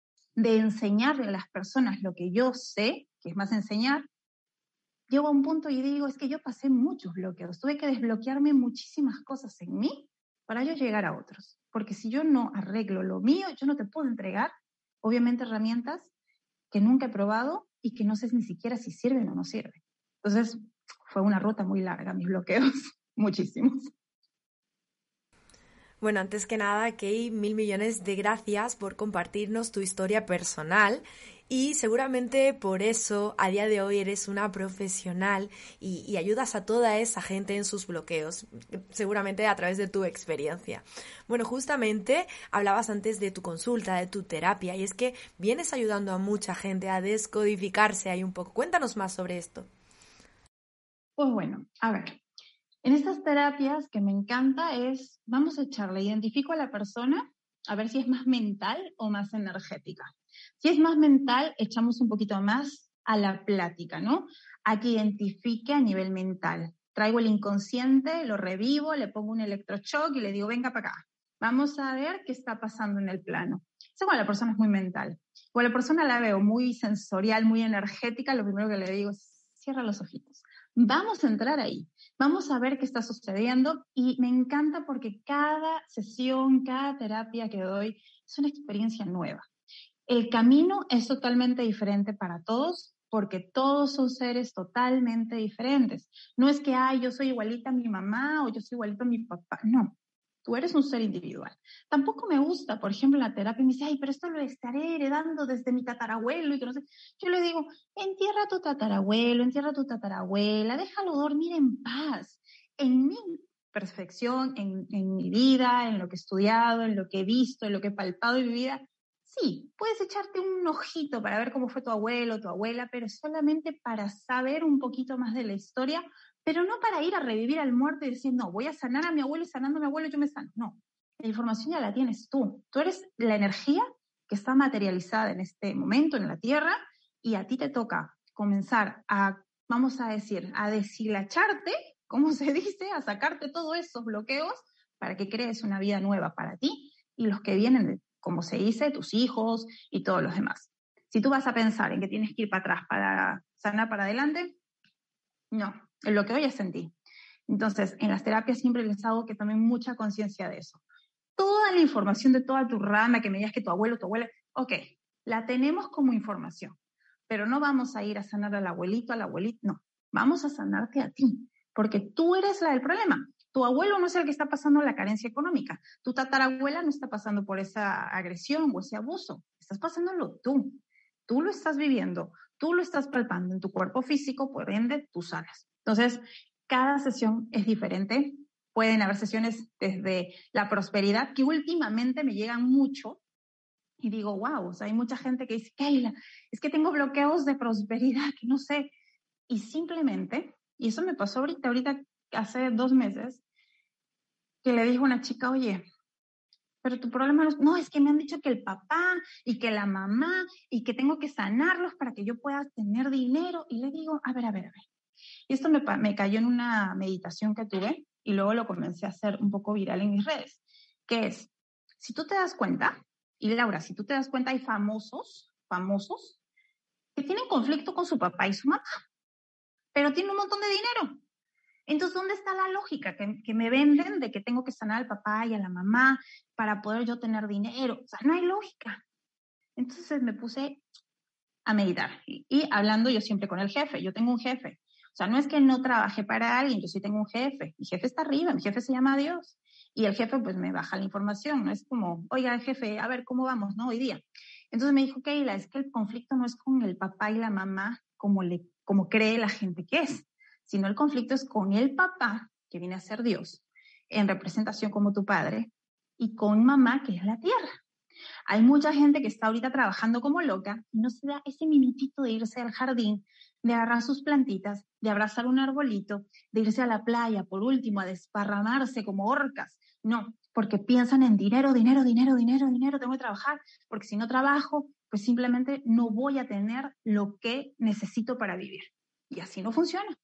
de enseñarle a las personas lo que yo sé, que es más enseñar, llego a un punto y digo, es que yo pasé muchos bloqueos, tuve que desbloquearme muchísimas cosas en mí para yo llegar a otros. Porque si yo no arreglo lo mío, yo no te puedo entregar, obviamente, herramientas que nunca he probado y que no sé ni siquiera si sirven o no sirven. Entonces, fue una ruta muy larga, mis bloqueos, muchísimos. Bueno, antes que nada, Kay, mil millones de gracias por compartirnos tu historia personal y seguramente por eso a día de hoy eres una profesional y, y ayudas a toda esa gente en sus bloqueos, seguramente a través de tu experiencia. Bueno, justamente hablabas antes de tu consulta, de tu terapia, y es que vienes ayudando a mucha gente a descodificarse ahí un poco. Cuéntanos más sobre esto. Pues bueno, a ver. En estas terapias que me encanta es, vamos a echarle, identifico a la persona, a ver si es más mental o más energética. Si es más mental, echamos un poquito más a la plática, ¿no? A que identifique a nivel mental. Traigo el inconsciente, lo revivo, le pongo un electroshock y le digo, venga para acá. Vamos a ver qué está pasando en el plano. Eso cuando la persona es muy mental. Cuando la persona la veo muy sensorial, muy energética, lo primero que le digo es, cierra los ojitos. Vamos a entrar ahí. Vamos a ver qué está sucediendo y me encanta porque cada sesión, cada terapia que doy es una experiencia nueva. El camino es totalmente diferente para todos porque todos son seres totalmente diferentes. No es que, ay, yo soy igualita a mi mamá o yo soy igualito a mi papá. No, tú eres un ser individual. Tampoco me gusta, por ejemplo, la terapia me dice, ay, pero esto lo estaré heredando desde mi tatarabuelo y que no sé. Yo le digo, entierra a tu tatarabuelo, entierra a tu tatarabuela, déjalo dormir en paz. En mi perfección, en, en mi vida, en lo que he estudiado, en lo que he visto, en lo que he palpado en mi vida, sí, puedes echarte un ojito para ver cómo fue tu abuelo, tu abuela, pero solamente para saber un poquito más de la historia, pero no para ir a revivir al muerto y decir, no, voy a sanar a mi abuelo y sanando a mi abuelo yo me sano. No, la información ya la tienes tú. Tú eres la energía que está materializada en este momento en la Tierra y a ti te toca comenzar a, vamos a decir, a deshilacharte, como se dice, a sacarte todos esos bloqueos para que crees una vida nueva para ti y los que vienen, de, como se dice, tus hijos y todos los demás. Si tú vas a pensar en que tienes que ir para atrás para sanar para adelante, no, el bloqueo ya es en ti. Entonces, en las terapias siempre les hago que tomen mucha conciencia de eso. toda la información de toda tu rama, que me digas que tu abuelo, tu abuela, ok, la tenemos como información, pero no vamos a ir a sanar al abuelito, al abuelito, no, vamos a sanarte a ti, porque tú eres la del problema. Tu abuelo no es el que está pasando la carencia económica, tu tatarabuela no está pasando por esa agresión o ese abuso, estás pasándolo tú, tú lo estás viviendo, tú lo estás palpando en tu cuerpo físico, por ende, tú sanas. Entonces, cada sesión es diferente. Pueden haber sesiones desde la prosperidad, que últimamente me llegan mucho, y digo, wow, o sea, hay mucha gente que dice, Keila, es que tengo bloqueos de prosperidad, que no sé, y simplemente, y eso me pasó ahorita, ahorita hace dos meses, que le dijo a una chica, oye, pero tu problema no es, no, es que me han dicho que el papá y que la mamá y que tengo que sanarlos para que yo pueda tener dinero, y le digo, a ver, a ver, a ver, y esto me, me cayó en una meditación que tuve, y luego lo comencé a hacer un poco viral en mis redes, que es, si tú te das cuenta, y Laura, si tú te das cuenta, hay famosos, famosos, que tienen conflicto con su papá y su mamá, pero tienen un montón de dinero. Entonces, ¿dónde está la lógica? Que, que me venden de que tengo que sanar al papá y a la mamá para poder yo tener dinero. O sea, no hay lógica. Entonces me puse a meditar. Y, y hablando yo siempre con el jefe. Yo tengo un jefe. O sea, no es que no trabaje para alguien, yo sí tengo un jefe. Mi jefe está arriba, mi jefe se llama Dios. Y el jefe pues me baja la información. No es como, oiga, jefe, a ver, ¿cómo vamos, no? Hoy día. Entonces me dijo, Keila, es que el conflicto no es con el papá y la mamá como, le, como cree la gente que es, sino el conflicto es con el papá, que viene a ser Dios, en representación como tu padre, y con mamá, que es la tierra. Hay mucha gente que está ahorita trabajando como loca y no se da ese minutito de irse al jardín, de agarrar sus plantitas, de abrazar un arbolito, de irse a la playa, por último, a desparramarse como orcas. No, porque piensan en dinero, dinero, dinero, dinero, dinero, tengo que trabajar, porque si no trabajo, pues simplemente no voy a tener lo que necesito para vivir. Y así no funciona.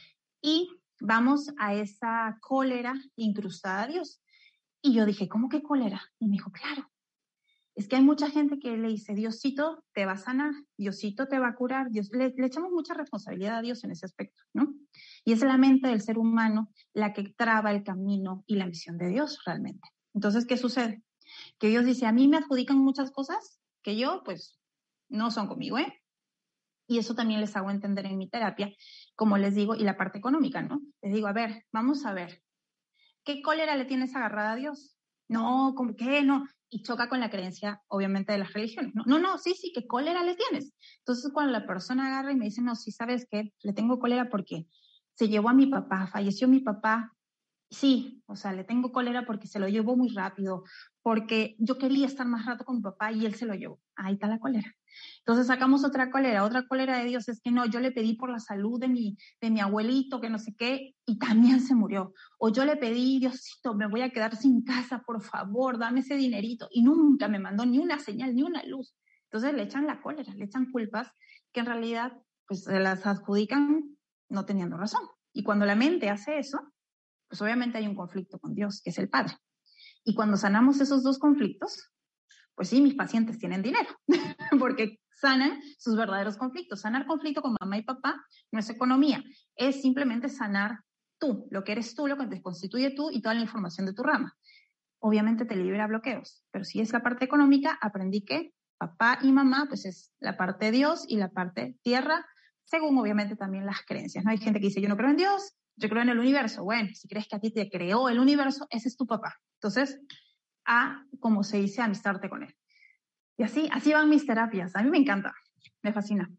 Y vamos a esa cólera incrustada a Dios. Y yo dije, ¿cómo que cólera? Y me dijo, claro, es que hay mucha gente que le dice, Diosito te va a sanar, Diosito te va a curar, Dios, le, le echamos mucha responsabilidad a Dios en ese aspecto, ¿no? Y es la mente del ser humano la que traba el camino y la misión de Dios realmente. Entonces, ¿qué sucede? Que Dios dice, a mí me adjudican muchas cosas que yo, pues, no son conmigo, ¿eh? Y eso también les hago entender en mi terapia, como les digo, y la parte económica, ¿no? Les digo, a ver, vamos a ver, ¿qué cólera le tienes agarrada a Dios? No, ¿cómo qué? No. Y choca con la creencia, obviamente, de las religiones. No, no, no, sí, sí, ¿qué cólera le tienes? Entonces, cuando la persona agarra y me dice, no, sí, ¿sabes qué? Le tengo cólera porque se llevó a mi papá, falleció mi papá. Sí, o sea, le tengo cólera porque se lo llevó muy rápido, porque yo quería estar más rato con mi papá y él se lo llevó. Ahí está la cólera. Entonces sacamos otra cólera, otra cólera de Dios, es que no, yo le pedí por la salud de mi, de mi abuelito, que no sé qué, y también se murió. O yo le pedí, Diosito, me voy a quedar sin casa, por favor, dame ese dinerito. Y nunca me mandó ni una señal, ni una luz. Entonces le echan la cólera, le echan culpas que en realidad pues se las adjudican no teniendo razón. Y cuando la mente hace eso, pues obviamente hay un conflicto con Dios, que es el Padre. Y cuando sanamos esos dos conflictos, pues sí, mis pacientes tienen dinero, porque sanan sus verdaderos conflictos. Sanar conflicto con mamá y papá no es economía, es simplemente sanar tú, lo que eres tú, lo que te constituye tú y toda la información de tu rama. Obviamente te libera bloqueos, pero si es la parte económica, aprendí que papá y mamá, pues es la parte de Dios y la parte tierra, según obviamente también las creencias. ¿No? Hay gente que dice, yo no creo en Dios, yo creo en el universo. Bueno, si crees que a ti te creó el universo, ese es tu papá. Entonces, a, como se dice, amistarte con él. Y así, así van mis terapias. A mí me encanta, me fascina.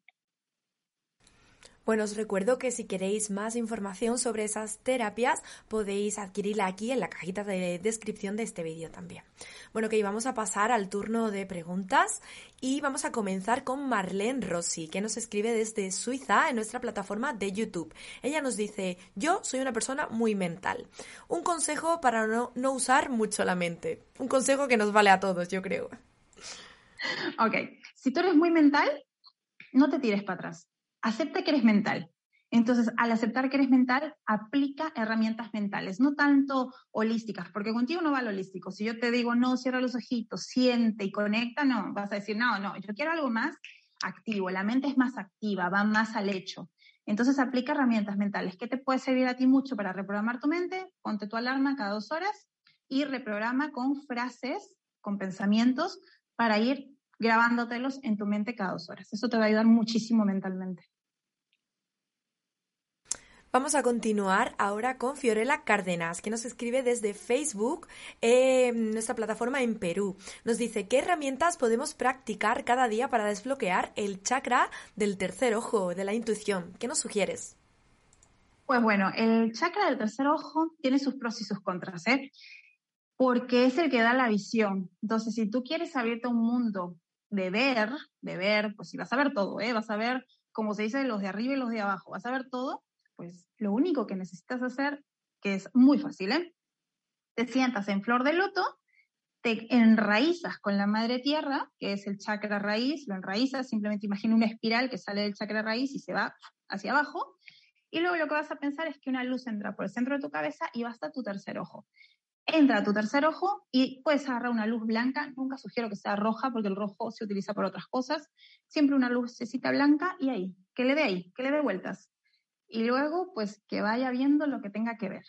Bueno, os recuerdo que si queréis más información sobre esas terapias podéis adquirirla aquí en la cajita de descripción de este vídeo también. Bueno, que vamos a pasar al turno de preguntas y vamos a comenzar con Marlene Rossi, que nos escribe desde Suiza en nuestra plataforma de YouTube. Ella nos dice, yo soy una persona muy mental. Un consejo para no, no usar mucho la mente. Un consejo que nos vale a todos, yo creo. Ok, si tú eres muy mental, no te tires para atrás. Acepta que eres mental. Entonces, al aceptar que eres mental, aplica herramientas mentales, no tanto holísticas, porque contigo no va lo holístico. Si yo te digo, no, cierra los ojitos, siente y conecta, no, vas a decir, no, no, yo quiero algo más activo. La mente es más activa, va más al hecho. Entonces, aplica herramientas mentales. ¿Qué te puede servir a ti mucho para reprogramar tu mente? Ponte tu alarma cada dos horas y reprograma con frases, con pensamientos, para ir grabándotelos en tu mente cada dos horas. Eso te va a ayudar muchísimo mentalmente. Vamos a continuar ahora con Fiorella Cárdenas, que nos escribe desde Facebook, eh, nuestra plataforma en Perú. Nos dice, ¿qué herramientas podemos practicar cada día para desbloquear el chakra del tercer ojo, de la intuición? ¿Qué nos sugieres? Pues bueno, el chakra del tercer ojo tiene sus pros y sus contras, ¿eh? Porque es el que da la visión. Entonces, si tú quieres abrirte a un mundo de ver, de ver, pues sí, vas a ver todo, ¿eh? Vas a ver, como se dice, los de arriba y los de abajo, vas a ver todo. Pues lo único que necesitas hacer, que es muy fácil, ¿eh? Te sientas en flor de loto, te enraízas con la madre tierra, que es el chakra raíz, lo enraízas, simplemente imagina una espiral que sale del chakra raíz y se va hacia abajo, y luego lo que vas a pensar es que una luz entra por el centro de tu cabeza y va hasta tu tercer ojo. Entra a tu tercer ojo y puedes agarrar una luz blanca, nunca sugiero que sea roja porque el rojo se utiliza por otras cosas, siempre una lucecita blanca y ahí, que le dé ahí, que le dé vueltas. Y luego, pues, que vaya viendo lo que tenga que ver.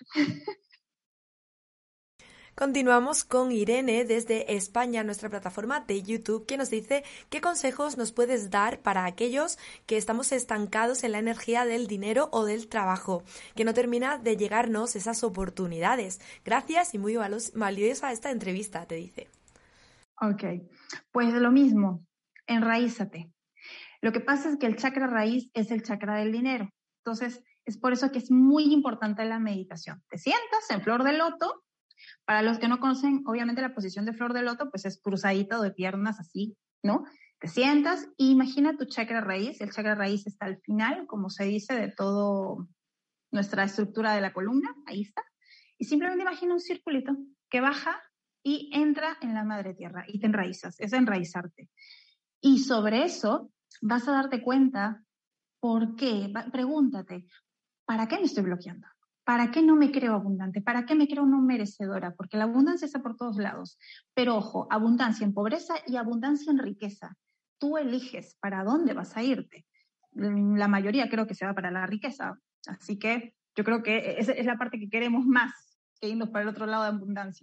Continuamos con Irene desde España, nuestra plataforma de YouTube, que nos dice qué consejos nos puedes dar para aquellos que estamos estancados en la energía del dinero o del trabajo, que no termina de llegarnos esas oportunidades. Gracias y muy valiosa esta entrevista, te dice. Ok, pues lo mismo, enraízate. Lo que pasa es que el chakra raíz es el chakra del dinero. Entonces, es por eso que es muy importante la meditación. Te sientas en flor de loto. Para los que no conocen, obviamente la posición de flor de loto, pues es cruzadita o de piernas así, ¿no? Te sientas e imagina tu chakra raíz. El chakra raíz está al final, como se dice, de toda nuestra estructura de la columna. Ahí está. Y simplemente imagina un circulito que baja y entra en la madre tierra y te enraizas. Es enraizarte. Y sobre eso vas a darte cuenta. ¿Por qué? Pregúntate, ¿para qué me estoy bloqueando? ¿Para qué no me creo abundante? ¿Para qué me creo no merecedora? Porque la abundancia está por todos lados. Pero ojo, abundancia en pobreza y abundancia en riqueza. Tú eliges para dónde vas a irte. La mayoría creo que se va para la riqueza. Así que yo creo que esa es la parte que queremos más que irnos para el otro lado de abundancia.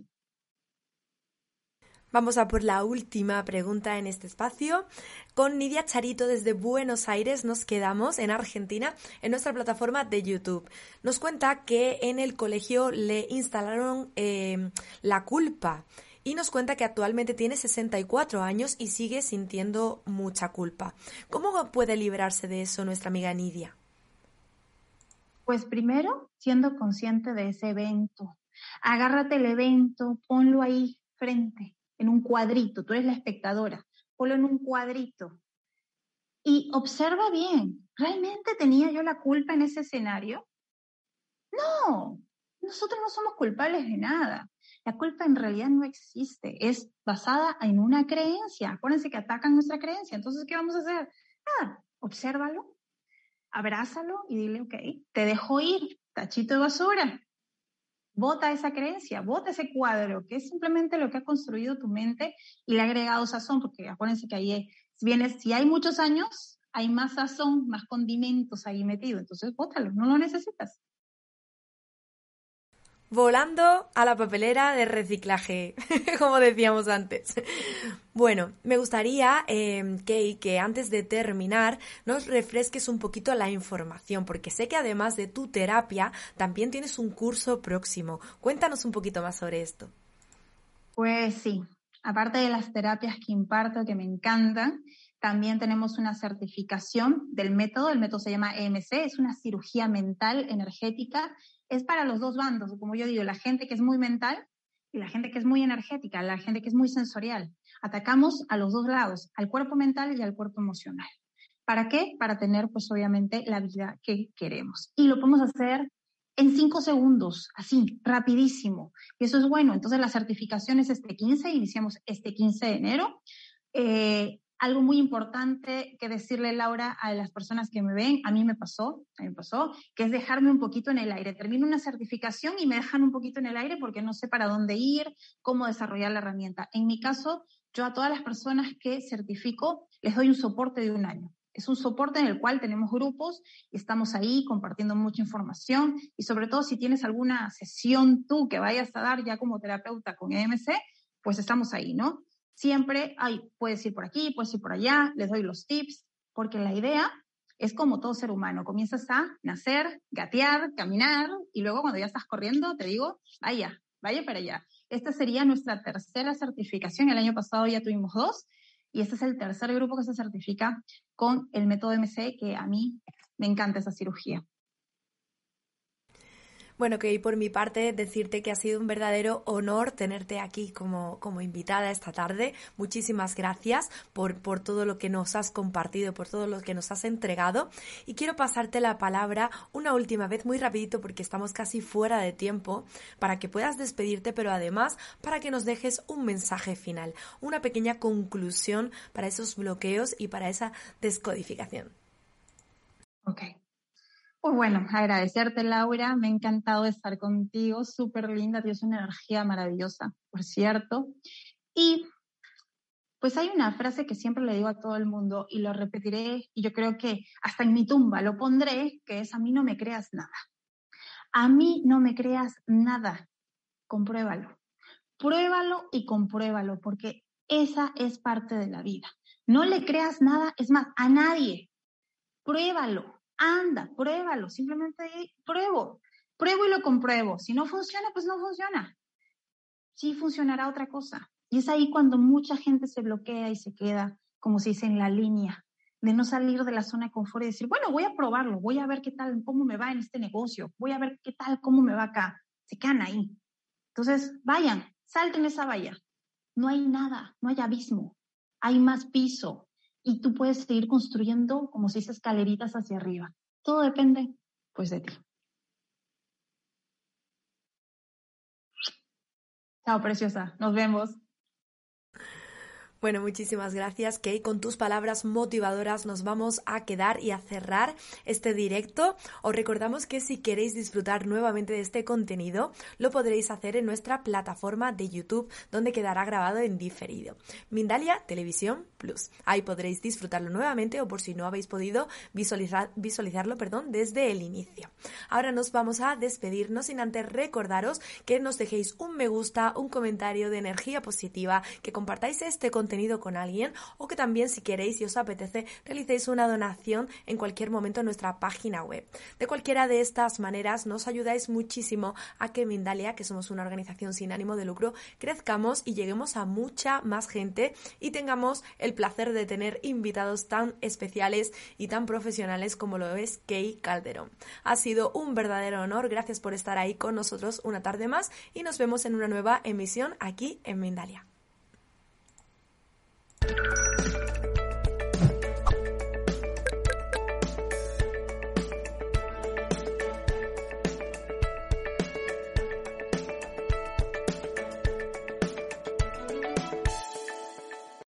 Vamos a por la última pregunta en este espacio. Con Nidia Charito desde Buenos Aires nos quedamos en Argentina en nuestra plataforma de YouTube. Nos cuenta que en el colegio le instalaron eh, la culpa y nos cuenta que actualmente tiene sesenta y cuatro años y sigue sintiendo mucha culpa. ¿Cómo puede librarse de eso nuestra amiga Nidia? Pues primero, siendo consciente de ese evento. Agárrate el evento, ponlo ahí frente. En un cuadrito, tú eres la espectadora, ponlo en un cuadrito y observa bien, ¿realmente tenía yo la culpa en ese escenario? No, nosotros no somos culpables de nada. La culpa en realidad no existe, es basada en una creencia. Acuérdense que atacan nuestra creencia, entonces, ¿qué vamos a hacer? Nada, obsérvalo, abrázalo y dile, ok, te dejo ir, tachito de basura. Bota esa creencia, bota ese cuadro, que es simplemente lo que ha construido tu mente y le ha agregado sazón, porque acuérdense que ahí viene, si hay muchos años, hay más sazón, más condimentos ahí metidos, entonces bótalo, no lo necesitas. Volando a la papelera de reciclaje, como decíamos antes. Bueno, me gustaría, eh, Kay, que antes de terminar nos refresques un poquito la información, porque sé que además de tu terapia, también tienes un curso próximo. Cuéntanos un poquito más sobre esto. Pues sí, aparte de las terapias que imparto, que me encantan, también tenemos una certificación del método. El método se llama E M C, es una cirugía mental energética. Es para los dos bandos, como yo digo, la gente que es muy mental y la gente que es muy energética, la gente que es muy sensorial. Atacamos a los dos lados, al cuerpo mental y al cuerpo emocional. ¿Para qué? Para tener, pues obviamente, la vida que queremos. Y lo podemos hacer en cinco segundos, así, rapidísimo. Y eso es bueno. Entonces, la certificación es este quince, iniciamos este quince de enero. Eh, Algo muy importante que decirle, Laura, a las personas que me ven, a mí me pasó, a mí me pasó, que es dejarme un poquito en el aire. Termino una certificación y me dejan un poquito en el aire porque no sé para dónde ir, cómo desarrollar la herramienta. En mi caso, yo a todas las personas que certifico les doy un soporte de un año. Es un soporte en el cual tenemos grupos y estamos ahí compartiendo mucha información y sobre todo si tienes alguna sesión tú que vayas a dar ya como terapeuta con E M C, pues estamos ahí, ¿no? Siempre, ay, puedes ir por aquí, puedes ir por allá, les doy los tips, porque la idea es como todo ser humano. Comienzas a nacer, gatear, caminar y luego cuando ya estás corriendo te digo, vaya, vaya para allá. Esta sería nuestra tercera certificación. El año pasado ya tuvimos dos y este es el tercer grupo que se certifica con el método M C, que a mí me encanta esa cirugía. Bueno, que por mi parte decirte que ha sido un verdadero honor tenerte aquí como, como invitada esta tarde. Muchísimas gracias por, por todo lo que nos has compartido, por todo lo que nos has entregado. Y quiero pasarte la palabra una última vez, muy rapidito, porque estamos casi fuera de tiempo, para que puedas despedirte, pero además para que nos dejes un mensaje final, una pequeña conclusión para esos bloqueos y para esa descodificación. Ok. Pues bueno, agradecerte, Laura, me ha encantado estar contigo, súper linda, tienes una energía maravillosa, por cierto. Y pues hay una frase que siempre le digo a todo el mundo y lo repetiré y yo creo que hasta en mi tumba lo pondré, que es: a mí no me creas nada. A mí no me creas nada, compruébalo. Pruébalo y compruébalo, porque esa es parte de la vida. No le creas nada, es más, a nadie. Pruébalo. Anda, pruébalo, simplemente pruebo, pruebo y lo compruebo. Si no funciona, pues no funciona. Sí funcionará otra cosa. Y es ahí cuando mucha gente se bloquea y se queda, como se dice, en la línea, de no salir de la zona de confort y decir, bueno, voy a probarlo, voy a ver qué tal, cómo me va en este negocio, voy a ver qué tal, cómo me va acá. Se quedan ahí. Entonces, vayan, salten esa valla. No hay nada, no hay abismo, hay más piso. Y tú puedes seguir construyendo, como se dice, escaleritas hacia arriba. Todo depende, pues, de ti. Chao, preciosa. Nos vemos. Bueno, muchísimas gracias, Kay. Con tus palabras motivadoras nos vamos a quedar y a cerrar este directo. Os recordamos que si queréis disfrutar nuevamente de este contenido, lo podréis hacer en nuestra plataforma de YouTube, donde quedará grabado en diferido. Mindalia Televisión Plus. Ahí podréis disfrutarlo nuevamente o por si no habéis podido visualizar, visualizarlo perdón, desde el inicio. Ahora nos vamos a despedirnos sin antes recordaros que nos dejéis un me gusta, un comentario de energía positiva, que compartáis este contenido contenido con alguien o que también, si queréis y os apetece, realicéis una donación en cualquier momento en nuestra página web. De cualquiera de estas maneras nos ayudáis muchísimo a que Mindalia, que somos una organización sin ánimo de lucro, crezcamos y lleguemos a mucha más gente y tengamos el placer de tener invitados tan especiales y tan profesionales como lo es Kay Calderón. Ha sido un verdadero honor, gracias por estar ahí con nosotros una tarde más y nos vemos en una nueva emisión aquí en Mindalia.